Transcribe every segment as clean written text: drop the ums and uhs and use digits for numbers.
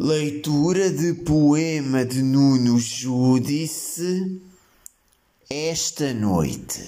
Leitura de poema de Nuno Júdice, esta noite.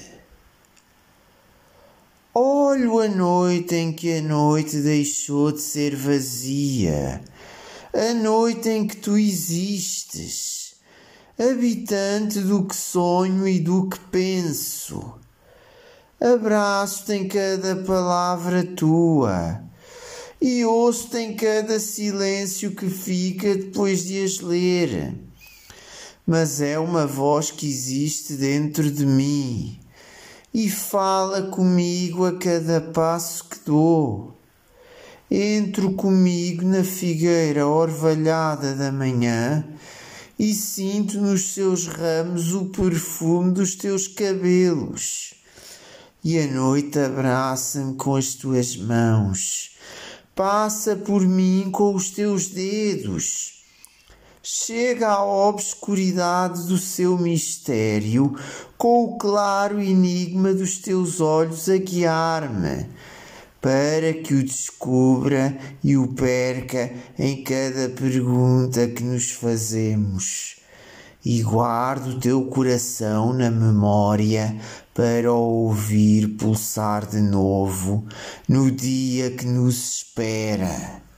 Olho a noite em que a noite deixou de ser vazia, a noite em que tu existes, habitante do que sonho e do que penso. Abraço-te em cada palavra tua e ouço-te em cada silêncio que fica depois de as ler. Mas é uma voz que existe dentro de mim e fala comigo a cada passo que dou. Entro comigo na figueira orvalhada da manhã e sinto nos seus ramos o perfume dos teus cabelos. E a noite abraça-me com as tuas mãos, passa por mim com os teus dedos, chega à obscuridade do seu mistério com o claro enigma dos teus olhos a guiar-me, para que o descubra e o perca em cada pergunta que nos fazemos. E guardo o teu coração na memória para o ouvir pulsar de novo no dia que nos espera.